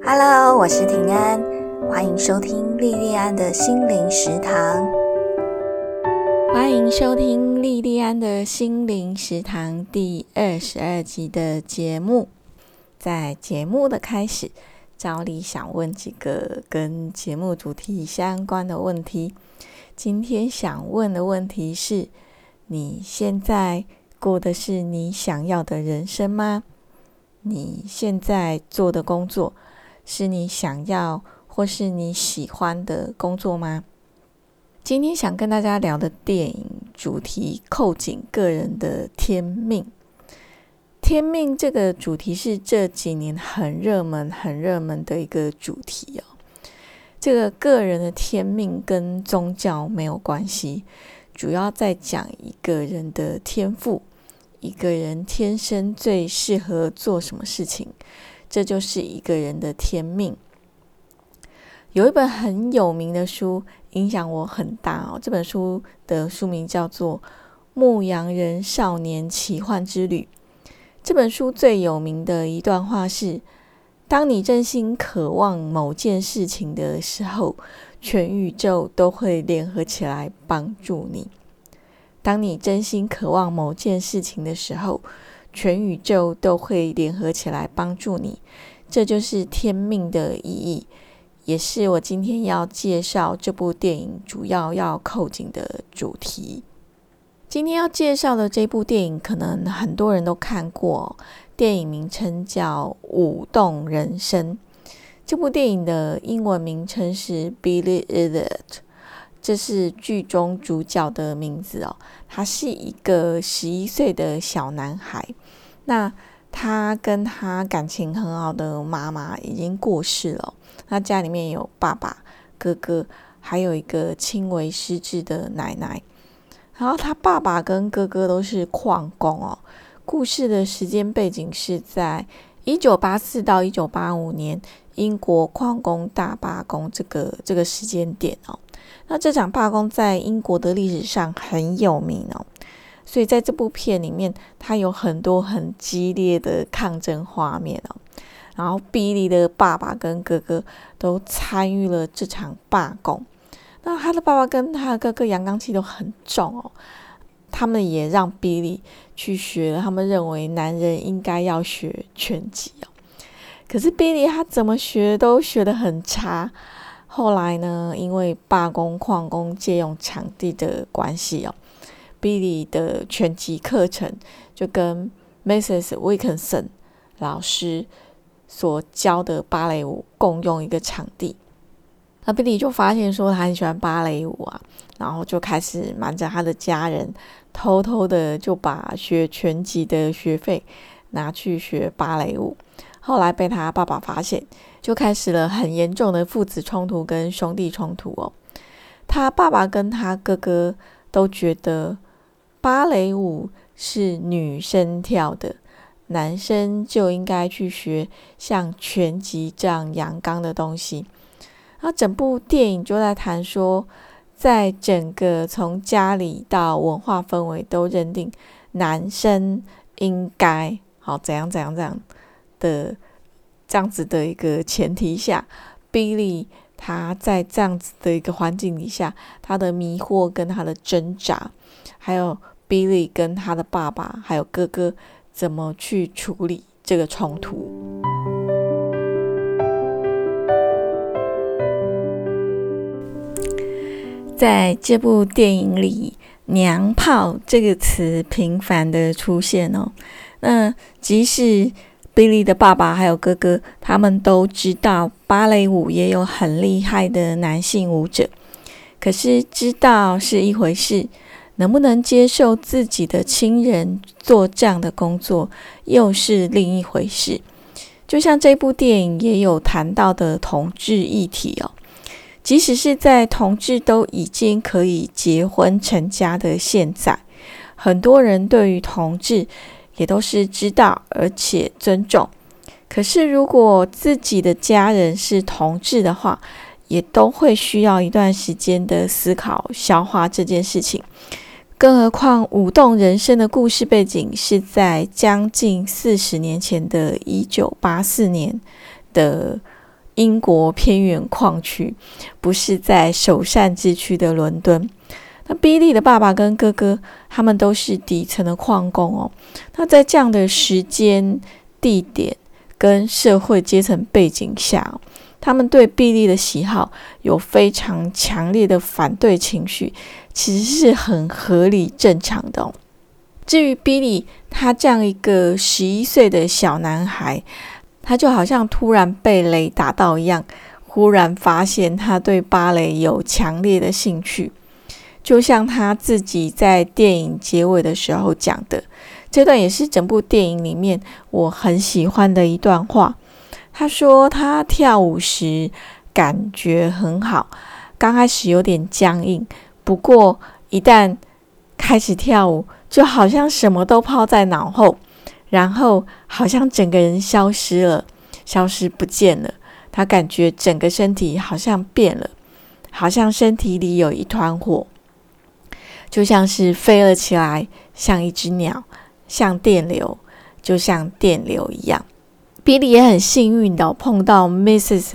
Hello， 我是庭安，欢迎收听莉莉安的心灵食堂。欢迎收听莉莉安的心灵食堂第22集的节目。在节目的开始，照例想问几个跟节目主题相关的问题。今天想问的问题是：你现在过的是你想要的人生吗？你现在做的工作是你想要或是你喜欢的工作吗？今天想跟大家聊的电影主题扣紧个人的天命。天命这个主题是这几年很热门的一个主题哦。这个个人的天命跟宗教没有关系，主要在讲一个人的天赋，一个人天生最适合做什么事情，这就是一个人的天命。有一本很有名的书影响我很大哦，这本书的书名叫做《牧羊人少年奇幻之旅》。这本书最有名的一段话是：当你真心渴望某件事情的时候，全宇宙都会联合起来帮助你。当你真心渴望某件事情的时候，全宇宙都会联合起来帮助你。这就是天命的意义，也是我今天要介绍这部电影主要要扣紧的主题。今天要介绍的这部电影可能很多人都看过，电影名称叫《舞动人生》。这部电影的英文名称是 Billy Elliot， 这是剧中主角的名字哦。他是一个11岁的小男孩，那他跟他感情很好的妈妈已经过世了，那家里面有爸爸、哥哥，还有一个轻微失智的奶奶。然后他爸爸跟哥哥都是矿工哦。故事的时间背景是在1984到1985年英国矿工大罢工这个时间点哦。那这场罢工在英国的历史上很有名哦，所以在这部片里面，它有很多很激烈的抗争画面哦。然后比利的爸爸跟哥哥都参与了这场罢工。那他的爸爸跟他的哥哥阳刚气都很重哦，他们也让比利去学了他们认为男人应该要学拳击哦。可是比利他怎么学都学得很差。后来呢，因为罢工矿工借用场地的关系哦，比利的拳击课程就跟 Mrs. Wilkinson 老师所教的芭蕾舞共用一个场地。那比利就发现说他很喜欢芭蕾舞啊，然后就开始瞒着他的家人，偷偷的就把学拳击的学费拿去学芭蕾舞。后来被他爸爸发现，就开始了很严重的父子冲突跟兄弟冲突哦。他爸爸跟他哥哥都觉得芭蕾舞是女生跳的，男生就应该去学像拳击这样阳刚的东西。然后整部电影就在谈说，在整个从家里到文化氛围都认定男生应该怎样的这样子的一个前提下，比利他在这样子的一个环境底下，他的迷惑跟他的挣扎，还有比利跟他的爸爸还有哥哥怎么去处理这个冲突。在这部电影里，娘炮这个词频繁的出现哦。那即使比利的爸爸还有哥哥，他们都知道芭蕾舞也有很厉害的男性舞者，可是知道是一回事，能不能接受自己的亲人做这样的工作又是另一回事。就像这部电影也有谈到的同志议题哦，即使是在同志都已经可以结婚成家的现在，很多人对于同志也都是知道而且尊重。可是如果自己的家人是同志的话，也都会需要一段时间的思考消化这件事情。更何况舞动人生的故事背景是在将近40年前的1984年的英国偏远矿区，不是在首善之区的伦敦。那 Billy 的爸爸跟哥哥他们都是底层的矿工哦。那在这样的时间、地点跟社会阶层背景下，他们对 Billy 的喜好有非常强烈的反对情绪，其实是很合理正常的哦。至于 Billy 他这样一个11岁的小男孩，他就好像突然被雷打到一样，忽然发现他对芭蕾有强烈的兴趣。就像他自己在电影结尾的时候讲的，这段也是整部电影里面我很喜欢的一段话。他说他跳舞时感觉很好，刚开始有点僵硬，不过一旦开始跳舞，就好像什么都抛在脑后，然后好像整个人消失了，消失不见了。他感觉整个身体好像变了，好像身体里有一团火，就像是飞了起来，像一只鸟，像电流，就像电流一样。Billy 也很幸运的碰到 Mrs.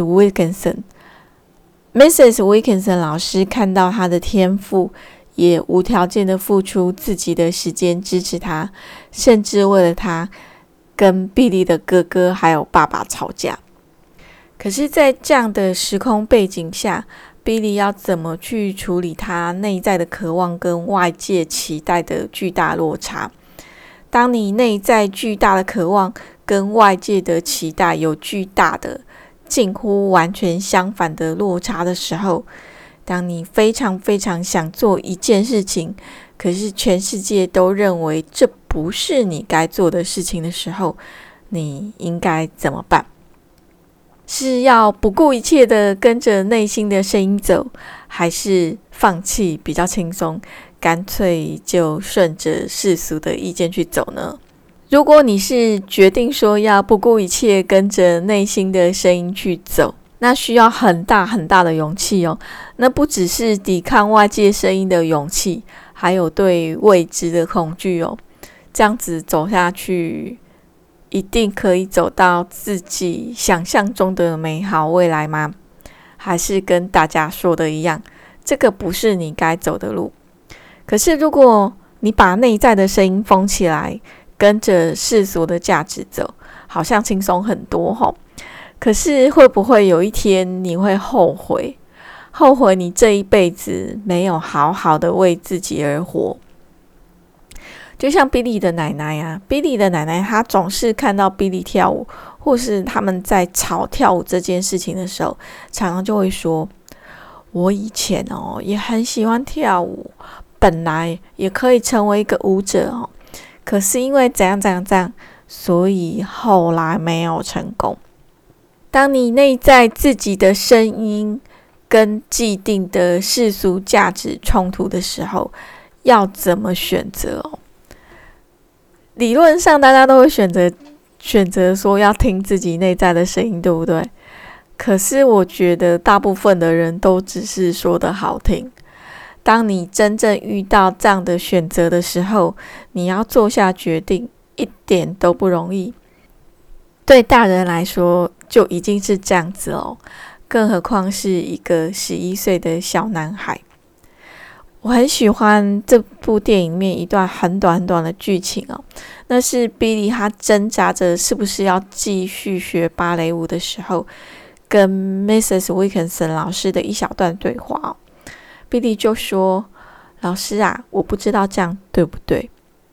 Wilkinson。Mrs. Wilkinson 老师看到他的天赋，也无条件的付出自己的时间支持他，甚至为了他跟 Billy 的哥哥还有爸爸吵架。可是在这样的时空背景下， Billy 要怎么去处理他内在的渴望跟外界期待的巨大落差？当你内在巨大的渴望跟外界的期待有巨大的近乎完全相反的落差的时候，当你非常非常想做一件事情，可是全世界都认为这不是你该做的事情的时候，你应该怎么办？是要不顾一切的跟着内心的声音走，还是放弃比较轻松，干脆就顺着世俗的意见去走呢？如果你是决定说要不顾一切跟着内心的声音去走，那需要很大很大的勇气哦。那不只是抵抗外界声音的勇气，还有对未知的恐惧哦。这样子走下去，一定可以走到自己想象中的美好未来吗？还是跟大家说的一样，这个不是你该走的路？可是如果你把内在的声音封起来，跟着世俗的价值走，好像轻松很多吼。可是会不会有一天你会后悔你这一辈子没有好好的为自己而活？就像 Billy 的奶奶啊， Billy 的奶奶她总是看到 Billy 跳舞，或是他们在吵跳舞这件事情的时候，常常就会说，我以前也很喜欢跳舞，本来也可以成为一个舞者可是因为怎样怎样怎样，所以后来没有成功。当你内在自己的声音跟既定的世俗价值冲突的时候，要怎么选择理论上大家都会选择说要听自己内在的声音，对不对？可是我觉得大部分的人都只是说的好听。当你真正遇到这样的选择的时候，你要做下决定一点都不容易。对大人来说就已经是这样子了，更何况是一个11岁的小男孩。我很喜欢这部电影里面一段很短很短的剧情那是 Billy 他挣扎着是不是要继续学芭蕾舞的时候，跟 Mrs. Wilkinson 老师的一小段对话Billy 就说，老师啊，我不知道这样对不对。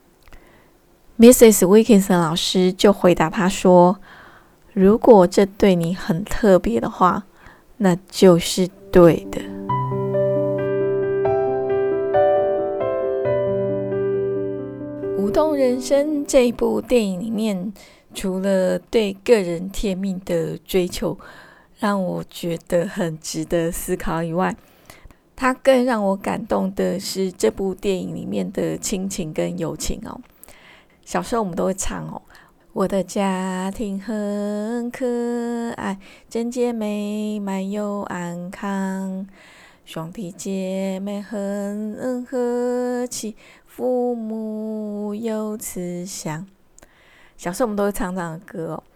Mrs. Wilkinson 老师就回答他说，如果这对你很特别的话，那就是对的。舞动人生这部电影里面，除了对个人天命的追求让我觉得很值得思考以外，它更让我感动的是这部电影里面的亲情跟友情小时候我们都会唱我的家庭很可爱，整洁美满又安康，兄弟姐妹很和气，父母有慈祥。小时候我们都会唱这样的歌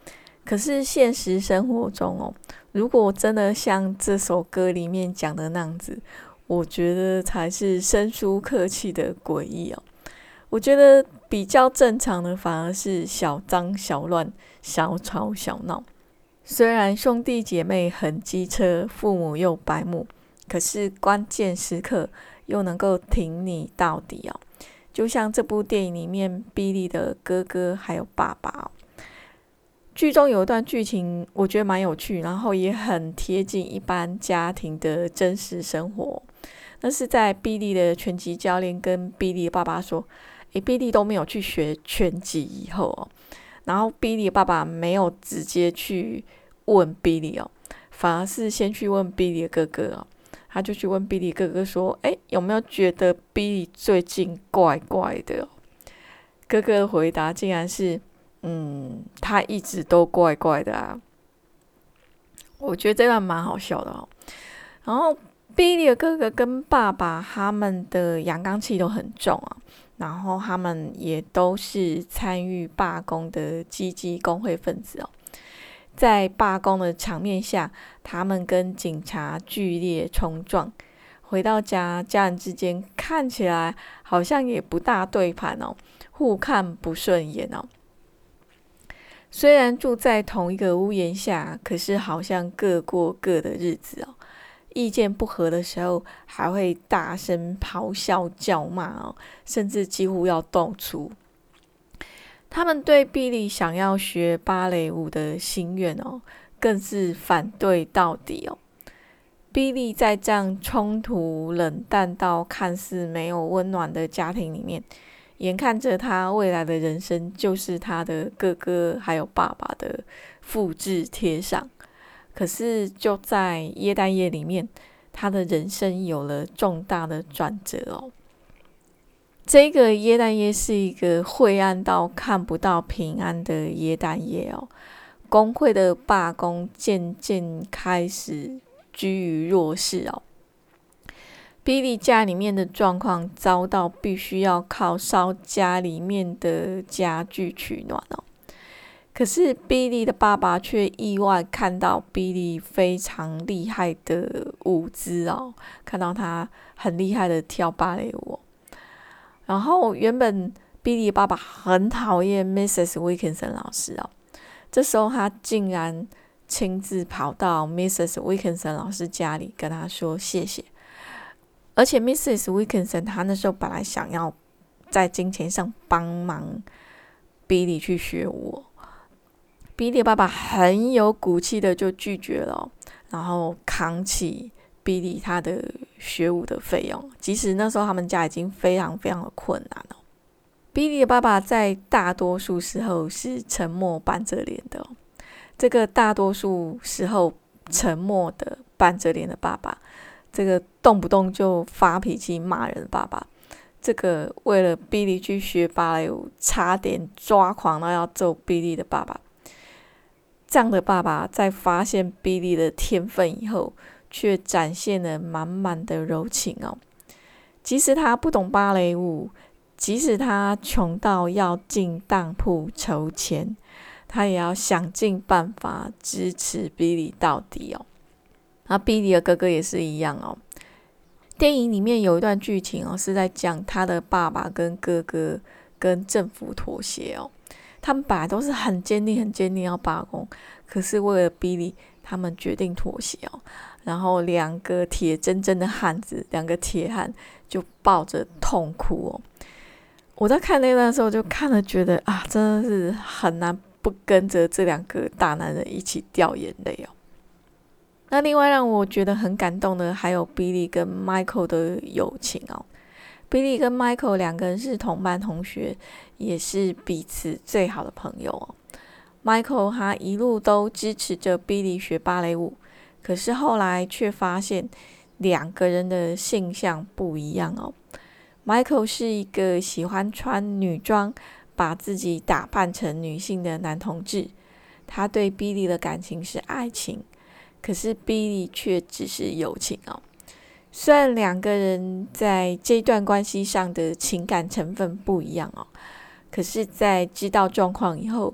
可是现实生活中如果真的像这首歌里面讲的那样子，我觉得才是生疏客气的诡异我觉得比较正常的反而是小脏小乱、小吵小闹。虽然兄弟姐妹很机车，父母又白目，可是关键时刻又能够挺你到底就像这部电影里面比利的哥哥还有爸爸剧中有一段剧情我觉得蛮有趣，然后也很贴近一般家庭的真实生活。那是在比利的拳击教练跟比利的爸爸说比利都没有去学拳击以后然后比利的爸爸没有直接去问比利反而是先去问比利的哥哥他就去问比利哥哥说有没有觉得比利最近怪怪的哥哥的回答竟然是他一直都怪怪的我觉得这段蛮好笑的然后比利的哥哥跟爸爸他们的阳刚气都很重然后他们也都是参与罢工的积极工会分子在罢工的场面下，他们跟警察剧烈冲撞。回到家，家人之间看起来好像也不大对盘互看不顺眼虽然住在同一个屋檐下，可是好像各过各的日子意见不合的时候还会大声咆哮叫骂甚至几乎要斗粗。他们对比利想要学芭蕾舞的心愿更是反对到底比利在这样冲突冷淡到看似没有温暖的家庭里面，眼看着他未来的人生就是他的哥哥还有爸爸的复制贴上。可是就在耶诞夜里面，他的人生有了重大的转折这个耶诞夜是一个晦暗到看不到平安的耶诞夜工会的罢工渐渐开始居于弱势比利家里面的状况遭到必须要靠烧家里面的家具取暖可是比利的爸爸却意外看到比利非常厉害的舞姿看到他很厉害的跳芭蕾舞然后原本比利的爸爸很讨厌 Mrs. Wilkinson 老师这时候他竟然亲自跑到 Mrs. Wilkinson 老师家里跟他说谢谢。而且 Mrs. Wilkinson 他那时候本来想要在金钱上帮忙比利去学舞比利的爸爸很有骨气的就拒绝了然后扛起比利他的学舞的费用，即使那时候他们家已经非常非常的困难比利的爸爸在大多数时候是沉默板着脸的这个大多数时候沉默的板着脸的爸爸，这个动不动就发脾气骂人的爸爸，这个为了比利去学芭蕾舞差点抓狂到要揍比利的爸爸，这样的爸爸在发现比利的天分以后却展现了满满的柔情即使他不懂芭蕾舞，即使他穷到要进当铺筹钱，他也要想尽办法支持比利到底那比利的哥哥也是一样电影里面有一段剧情是在讲他的爸爸跟哥哥跟政府妥协他们本来都是很坚定很坚定要罢工，可是为了比利他们决定妥协然后两个铁铮铮的汉子，两个铁汉就抱着痛哭我在看那段的时候就看了觉得真的是很难不跟着这两个大男人一起掉眼泪那另外让我觉得很感动的还有比利跟 Michael 的友情比利跟 Michael 两个人是同班同学，也是彼此最好的朋友Michael 他一路都支持着比利学芭蕾舞，可是后来却发现两个人的性向不一样Michael 是一个喜欢穿女装，把自己打扮成女性的男同志，他对比利的感情是爱情，可是比利却只是友情虽然两个人在这段关系上的情感成分不一样可是在知道状况以后，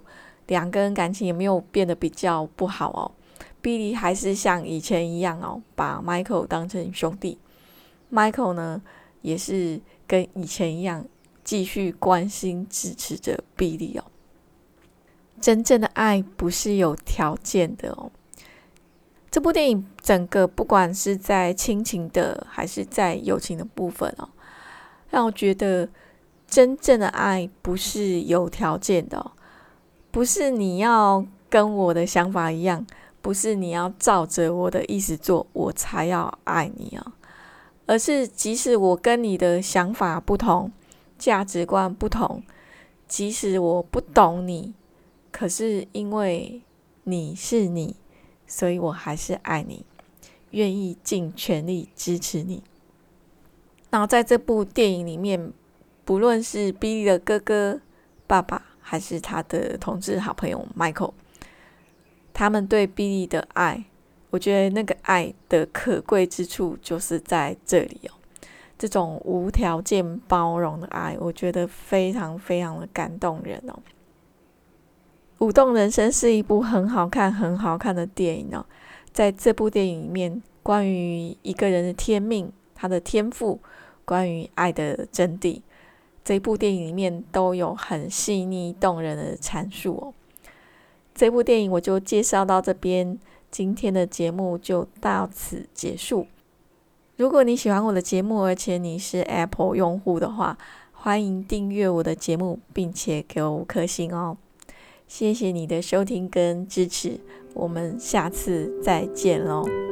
两个人感情也没有变得比较不好哦。Billy 还是像以前一样哦，把 Michael 当成兄弟。Michael 呢，也是跟以前一样，继续关心支持着 Billy 哦。真正的爱不是有条件的哦。这部电影整个不管是在亲情的还是在友情的部分哦，让我觉得真正的爱不是有条件的哦，不是你要跟我的想法一样，不是你要照着我的意思做我才要爱你哦，而是即使我跟你的想法不同，价值观不同，即使我不懂你，可是因为你是你，所以我还是爱你，愿意尽全力支持你。然后在这部电影里面，不论是 Billy 的哥哥、爸爸，还是他的同志好朋友 Michael， 他们对 Billy 的爱，我觉得那个爱的可贵之处就是在这里哦。这种无条件包容的爱，我觉得非常非常的感动人哦。舞动人生是一部很好看的电影哦。在这部电影里面，关于一个人的天命、他的天赋，关于爱的真谛，这部电影里面都有很细腻动人的阐述哦。这部电影我就介绍到这边，今天的节目就到此结束。如果你喜欢我的节目，而且你是 Apple 用户的话，欢迎订阅我的节目，并且给我5颗星哦。谢谢你的收听跟支持，我们下次再见咯。